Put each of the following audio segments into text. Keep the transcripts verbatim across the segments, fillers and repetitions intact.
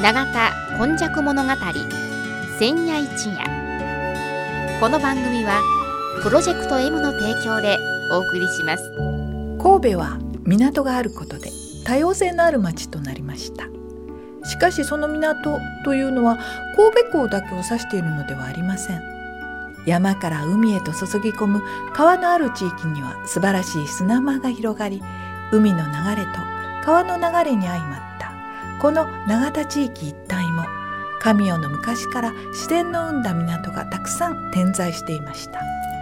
永田今昔物語千夜一夜。この番組はプロジェクト M の提供でお送りします。 神戸は港があることで多様性のある町となりました。しかしその港というのは神戸港だけを指しているのではありません。山から海へと注ぎ込む川のある地域には素晴らしい砂間が広がり、海の流れと川の流れに相まったこの永田地域一帯も神代の昔から自然の生んだ港がたくさん点在していました。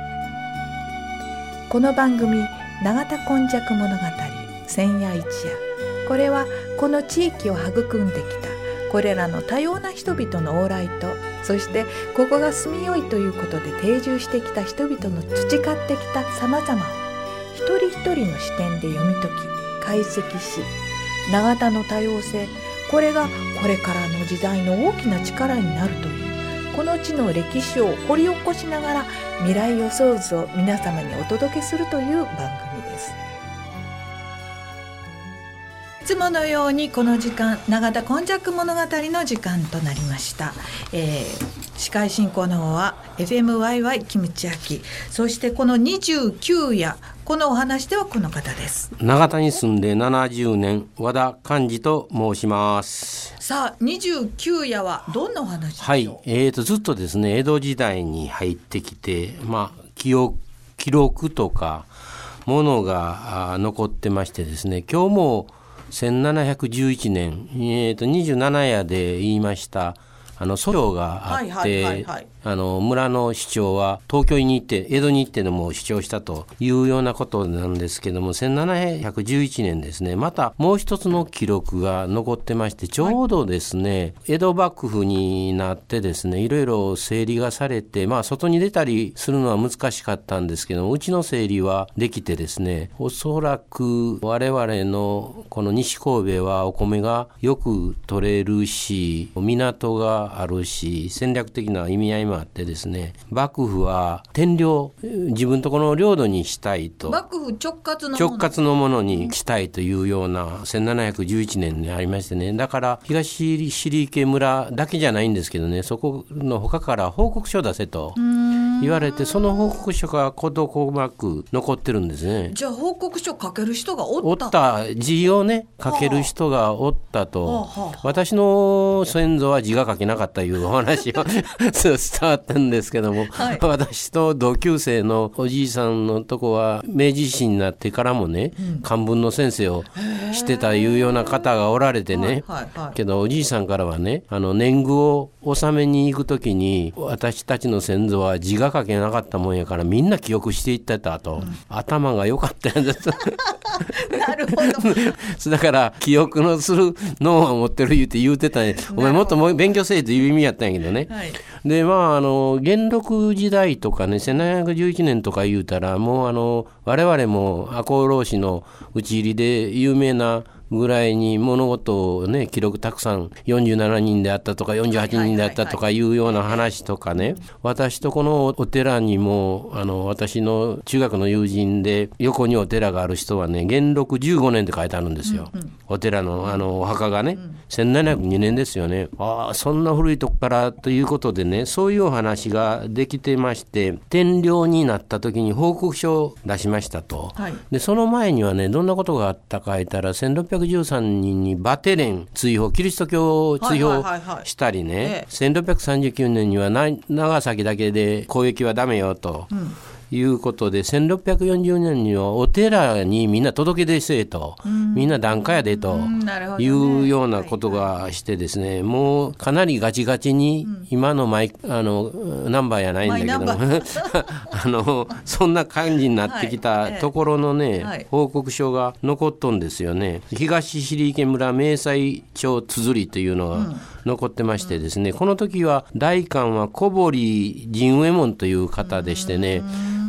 この番組永田今昔物語千夜一夜、これはこの地域を育んできたこれらの多様な人々の往来と、そしてここが住みよいということで定住してきた人々の培ってきたさまざまを一人一人の視点で読み解き解析し、永田の多様性、これがこれからの時代の大きな力になるというこの地の歴史を掘り起こしながら未来予想図を皆様にお届けするという番組です。いつものようにこの時間、永田今昔物語の時間となりました。えー、司会進行の方は エフエムワイワイ キムチアキ、そしてこのにじゅうきゅう夜、このお話ではこの方です。 永田に住んでななじゅうねん、和田寛治と申します。 さあにじゅうきゅう夜はどんなお話でしょう。 はい、えーとずっとですね江戸時代に入ってきて、まあ、記憶記録とかものが残ってましてですね、今日もせんななひゃくじゅういちねん、えー、とにじゅうなな夜で言いましたあの訴訟があって、はいはいはいはい、あの村の市長は東京に行って江戸に行ってでも主張したというようなことなんですけども、せんななひゃくじゅういちねんですね、またもう一つの記録が残ってまして、ちょうどですね、はい、江戸幕府になってですねいろいろ整理がされて、まあ外に出たりするのは難しかったんですけども、うちの整理はできてですね、おそらく我々のこの西神戸はお米がよく取れるし、港があるし、戦略的な意味合いもあってですね、幕府は天領、自分とこの領土にしたいと、 幕府直轄のもの直轄のものにしたいというようなせんななひゃくじゅういちねんにありましてね、だから東尻池村だけじゃないんですけどね、そこの他から報告書を出せと言われて、その報告書が事細く残ってるんですね。 じゃあ報告書書ける人がおったおった字をね書ける人がおったと、はあはあはあ、私の先祖は字が書けなかったというお話が伝わったんですけども、はい、私と同級生のおじいさんのとこは明治維新になってからもね、うん、漢文の先生をしてたいうような方がおられてね、はいはいはい、けどおじいさんからはね、あの年貢を納めに行くときに私たちの先祖は字が書けなかったもんやからみんな記憶していってたと、うん、頭が良かったんですなるほどだから記憶のする脳を持ってる言うて言うてたね、お前もっと勉強せえという意味やったんやけどね、はい、でまああの元禄時代とかねせんななひゃくじゅういちねんとか言うたら、もうあの我々も赤穂浪士の討ち入りで有名なぐらいに物事をね記録たくさんよんじゅうななにんであったとかよんじゅうはちにんであったとかいうような話とかね、私とこのお寺にもあの私の中学の友人で横にお寺がある人はね元禄じゅうごねんって書いてあるんですよ、うんうん、お寺のあのお墓がね、うん、せんななひゃくにねんですよね。ああそんな古いとこからということでね、そういうお話ができてまして、天領になった時に報告書を出しましたと、はい、でその前にはねどんなことがあったか言ったらせんろっぴゃくじゅうさんにんにバテレン追放、キリスト教を追放したりね、はいはいはいはい、せんろっぴゃくさんじゅうきゅうねんには長崎だけで攻撃はダメよと、うんいうことでせんろっぴゃくよんじゅうねんにはお寺にみんな届け出せえと、みんな檀家やでというようなことがしてですね、はいはい、もうかなりガチガチに今のマイあのナンバーやないんだけどあのそんな感じになってきたところのね、はい、報告書が残っとんですよね。東尻池村明細帳綴りというのが残ってましてですね、この時は代官は小堀仁右衛門という方でしてね、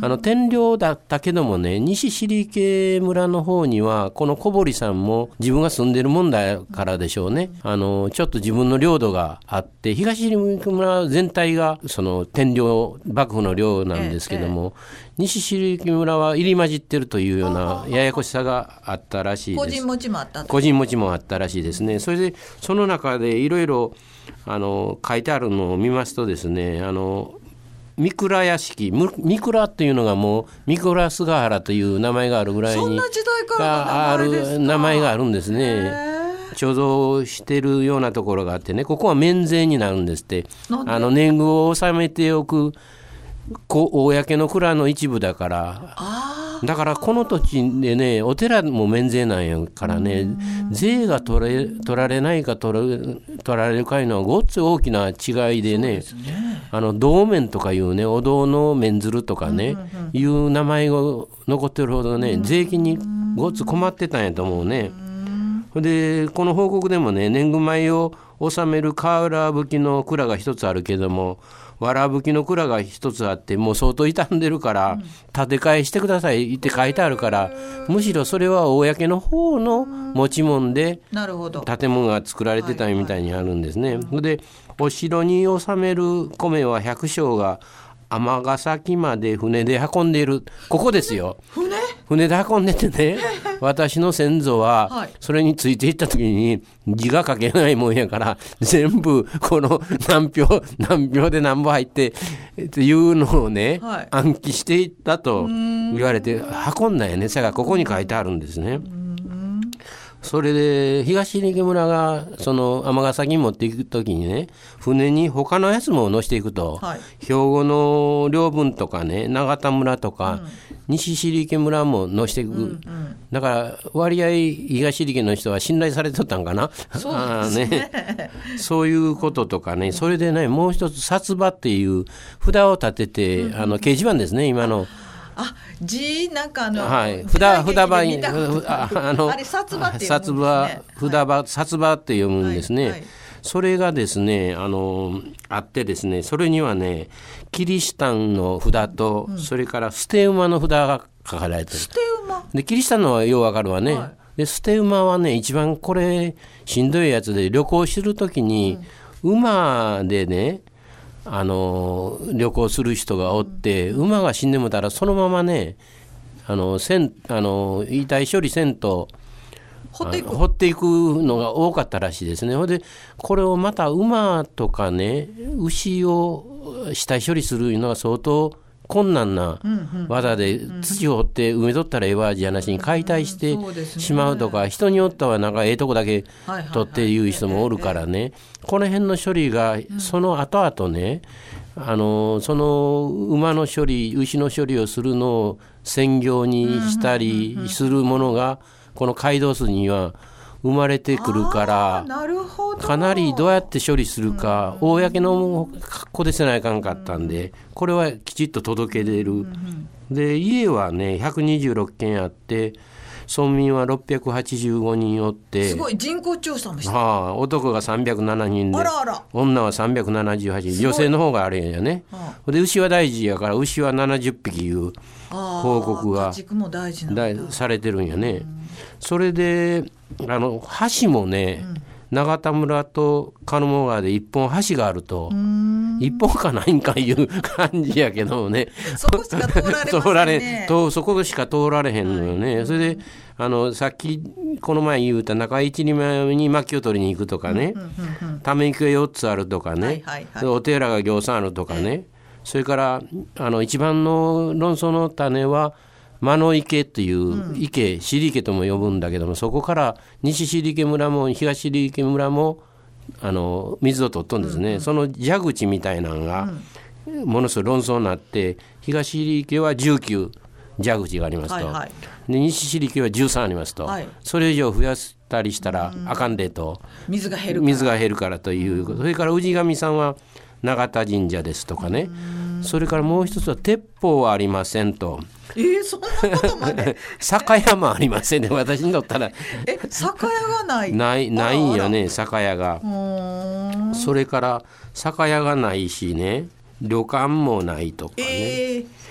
あの天領だったけどもね、西尻池村の方にはこの小堀さんも自分が住んでるもんだからでしょうね。あのちょっと自分の領土があって、東尻池村全体がその天領幕府の領なんですけども、ええ、西尻池村は入り混じってるというようなややこしさがあったらしいです。 個人持ちもあった個人持ちもあったらしいですね。それでその中でいろいろあの書いてあるのを見ますとですね、あの三倉屋敷、三倉っていうのがもう三倉菅原という名前があるぐらいに、 そんな時代からの名前ですか。 ある名前があるんですね。貯蔵してるようなところがあってね、ここは免税になるんですって。あの年貢を納めておく公の蔵の一部だから。 あ、 だからこの土地でね、お寺も免税なんやからね、税が取れ取られないか取ら取られるかいうのはごっつ大きな違いでね、あの銅面とかいうね、お堂の面鶴とかね、うんうんうん、いう名前が残ってるほどね、税金にごっつ困ってたんやと思うね。でこの報告でもね、年貢米を納める瓦葺きの蔵が一つあるけども、藁葺きの蔵が一つあって、もう相当傷んでるから建て替えしてくださいって書いてあるから、むしろそれは公の方の持ち物で建物が作られてたみたいにあるんですね。でお城に納める米は百姓が尼崎まで船で運んでいる。ここですよ。 船船で運んでてね、私の先祖はそれについていった時に字が書けないもんやから、全部この何票何票で何本入ってっていうのをね、はい、暗記していったと言われて運んだよね。それがここに書いてあるんですね。それで東尻池村がその尼崎に持っていくときにね、船に他のやつも乗せていくと、はい、兵庫の両分とかね、長田村とか、うん、西尻池村も乗せていく、うんうん、だから割合東尻池の人は信頼されとったんかな。 そうですね。 あね、そういうこととかね、それでね、もう一つ札場っていう札を立てて、うん、あの掲示板ですね、今の。 あ、字なんかあの、 はい、札札場にああのあれ札場って読むんですね。札場、はい、札場って読むんですね。はいはい、それがですね、あのあってですね、それにはね、キリシタンの札と、うん、それから捨て馬の札が書かれてる。 捨て馬でキリシタンのはようわかるわね。はい、で捨て馬はね、一番これしんどいやつで、旅行するときに、うん、馬でね、あの旅行する人がおって、うん、馬が死んでもたらそのままね、あのせんあの遺体処理せんと掘っていく掘っていくのが多かったらしいですね。ほんでこれをまた馬とかね、牛を死体処理するのは相当困難な技で、土を掘って埋めとったらええわじゃなしに解体してしまうとか、人によってはなんかええとこだけ取っていう人もおるからね、この辺の処理がその後々ね、あのその馬の処理、牛の処理をするのを専業にしたりするものがこの街道筋には生まれてくるから、 なるほど、 かなりどうやって処理するか、うん、公の格好でせないかんかったんで、これはきちっと届け出る、うん、で家はねひゃくにじゅうろっけんあって、村民はろっぴゃくはちじゅうごにんおって、 すごい人口調査もして、 はあ、男がさんびゃくななにんで、 あらあら、 女はさんびゃくななじゅうはちにん、女性の方があれやね、はあ、で牛は大事やから牛はななじゅっぴきいう報告が家畜も大事なんだされてるんやね、うん、それであの橋もね、うん、長田村と鹿野川で一本橋があると、一本かないんかいう感じやけどもね、 そこしか通られませんね。通られとそこしか通られへんのよね、はい、それであのさっきこの前言うた中一人前に薪を取りに行くとかね、うんうんうんうん、ため池がよっつあるとかね、はいはいはい、お寺がぎょうさんあるとかね、はい、それからあの一番の論争の種は間の池っていう池、うん、尻池とも呼ぶんだけども、そこから西尻池村も東尻池村もあの水を取っとんですね、うんうん、その蛇口みたいなのがものすごい論争になって、東尻池はじゅうきゅう蛇口がありますと、はいはい、で西尻池はじゅうさんありますと、はい、それ以上増やしたりしたらあかんでと、 うん、水が減るから水が減るからということ、それから氏神さんは永田神社ですとかね、それからもう一つは鉄砲はありませんと、 えー、そんなことまで酒屋もありませんね、私にとったらえ酒屋がないないないんよね、酒屋が。それから酒屋がないしね、旅館もないとかね、 えー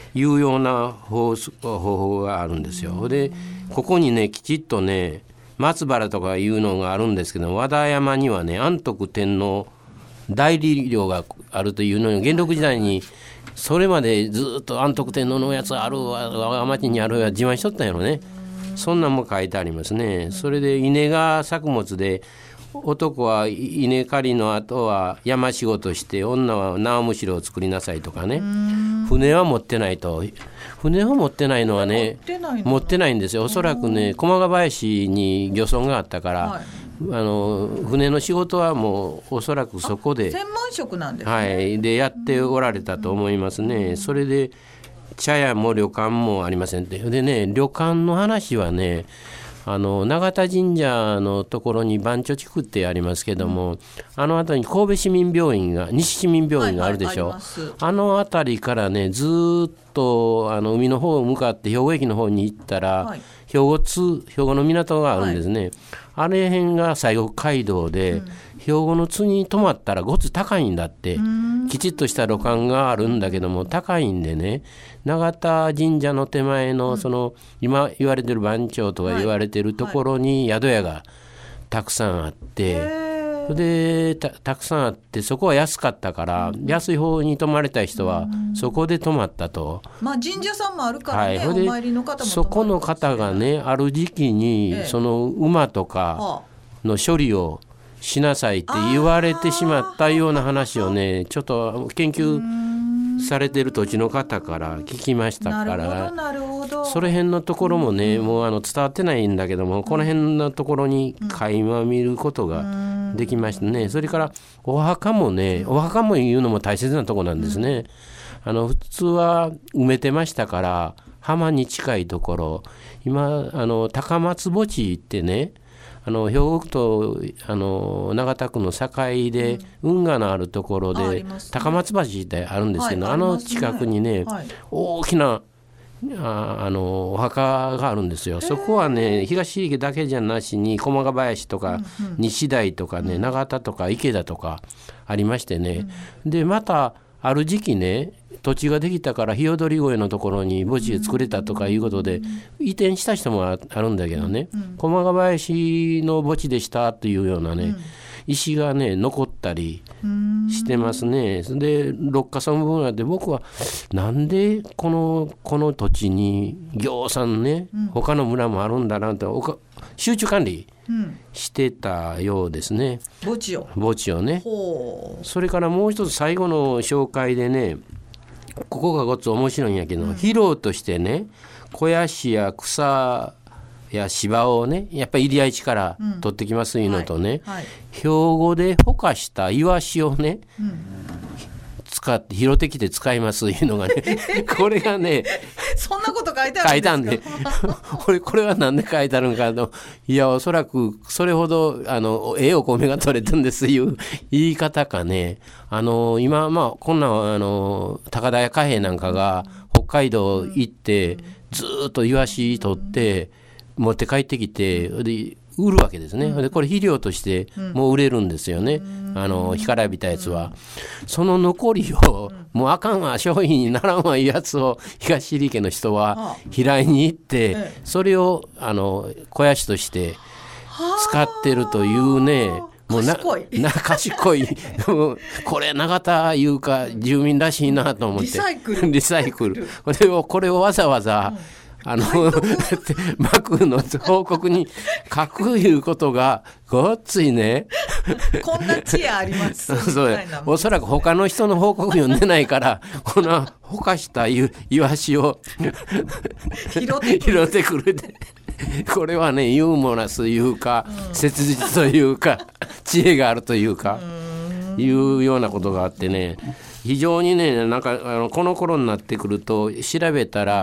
いうような方法があるんですよ。でここにねきちっとね松原とかいうのがあるんですけど、和田山にはね安徳天皇代理領があるというのに、元禄時代にそれまでずっと安徳天皇のやつあるわ我が町にあるわ自慢しとったんやろね。そんなんも書いてありますね。それで稲が作物で、男は稲刈りの後は山仕事して、女は縄むしろを作りなさいとかね。船は持ってないと。船を持ってないのはね持ってないんですよ。おそらくね駒ヶ林に漁村があったから、はい、あの船の仕事はもうおそらくそこで専門職なんですね、 はい、でやっておられたと思いますね。それで茶屋も旅館もありませんって。でね旅館の話はね、あの永田神社のところに番町地区ってありますけども、うん、あの辺りに神戸市民病院が西市民病院があるでしょ、はいはい、あ, あの辺りからねずっとあの海の方を向かって兵庫駅の方に行ったら、はい、兵庫津兵庫の港があるんですね、はい、あれ辺が西国街道で、うん、兵庫の津に泊まったらごつ高いんだって、きちっとした旅館があるんだけども高いんでね、永田神社の手前のその、うん、今言われてる番町とか言われてるところに宿屋がたくさんあって、はい、で た, たくさんあってそこは安かったから、うん、安い方に泊まれた人はそこで泊まったと、 まあ、神社さんもあるからね、はい、お参りの方も泊まるかもしれない。 そこの方がねある時期に、ええ、その馬とかの処理をしなさいって言われてしまったような話をねちょっと研究されてる土地の方から聞きましたから、 なるほどなるほど。 それ辺のところもね、うん、もうあの伝わってないんだけども、この辺のところに垣間見ることができましたね。それからお墓もね、お墓も言うのも大切なところなんですね。あの普通は埋めてましたから浜に近いところ、今あの高松墓地ってね、あの兵庫区とあの長田区の境で、うん、運河のあるところで、ね、高松橋ってあるんですけど、はい、あの近くにね、はい、大きなああのお墓があるんですよ。そこはね東池だけじゃなしに駒ヶ林とか、うんうん、西台とかね、長田とか池田とかありましてね、うん、でまたある時期ね土地ができたから日踊り越えのところに墓地を作れたとかいうことで移転した人もあるんだけどね、駒ヶ林の墓地でしたというようなね、石がね残ったりしてますね。で六花村部分があって、僕はなんでこのこの土地に行さんね、他の村もあるんだなと集中管理してたようですね、 墓地を墓地をね。それからもう一つ最後の紹介でね、ここがごっつ面白いんやけど、うん、披露としてね肥やしや草や芝をねやっぱり入り合い地から取ってきますいうのとね、うんはいはい、兵庫でほかしたイワシをね、うん、使って拾ってきて使いますいうのがねこれがねそんなこと書いてあるんですか。書いたんでこれ、これは何で書いてあるのかと、いやおそらくそれほどあのええお米が取れたんですいう言い方かね。あの今まあこんなあの高田屋貨幣なんかが北海道行ってずっとイワシ取って持って帰ってきてで売るわけですね。でこれ肥料としてもう売れるんですよね、あの干からびたやつは。その残りをもうあかんわ商品にならんわいうやつを東入家の人は平井に行ってそれをあの肥やしとして使ってるというね、もうな賢いな賢いこれ永田いうか住民らしいなと思って、リサイクルリサイクルこれをこれをわざわざ、うん、あの幕の報告に書くいうことがごっついねこんな知恵ありますそうおそらく他の人の報告読んでないからこのほかしたイワシを拾ってくる拾ってくるでこれはねユーモラスというか、うん、切実というか知恵があるというかいうようなことがあってね、非常にねなんかあのこの頃になってくると調べたら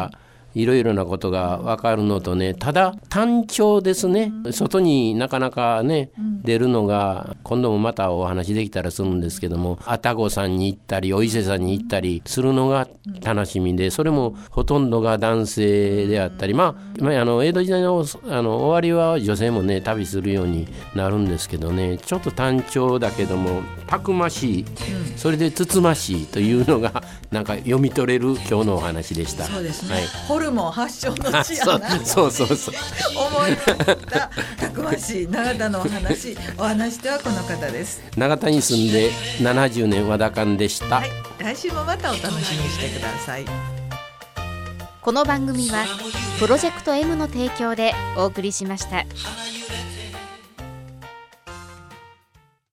いろいろなことが分かるのとね、ただ単調ですね。外になかなかね、うん、出るのが今度もまたお話できたらするんですけども、愛宕さんに行ったりお伊勢さんに行ったりするのが楽しみで、それもほとんどが男性であったり、まあ、まあ、あの江戸時代 の, あの終わりは女性もね旅するようになるんですけどね、ちょっと単調だけどもたくましい、うん、それでつつましいというのがなんか読み取れる今日のお話でした。 そうですね、はい、ホルモン発祥の地やなそうそうそうそう思い出したたくましい長田のお話。お話し手はこの方です。 長田に住んでななじゅうねん和田勘でした、 はい、来週もまたお楽しみにしてください。 この番組はプロジェクト M の提供でお送りしました。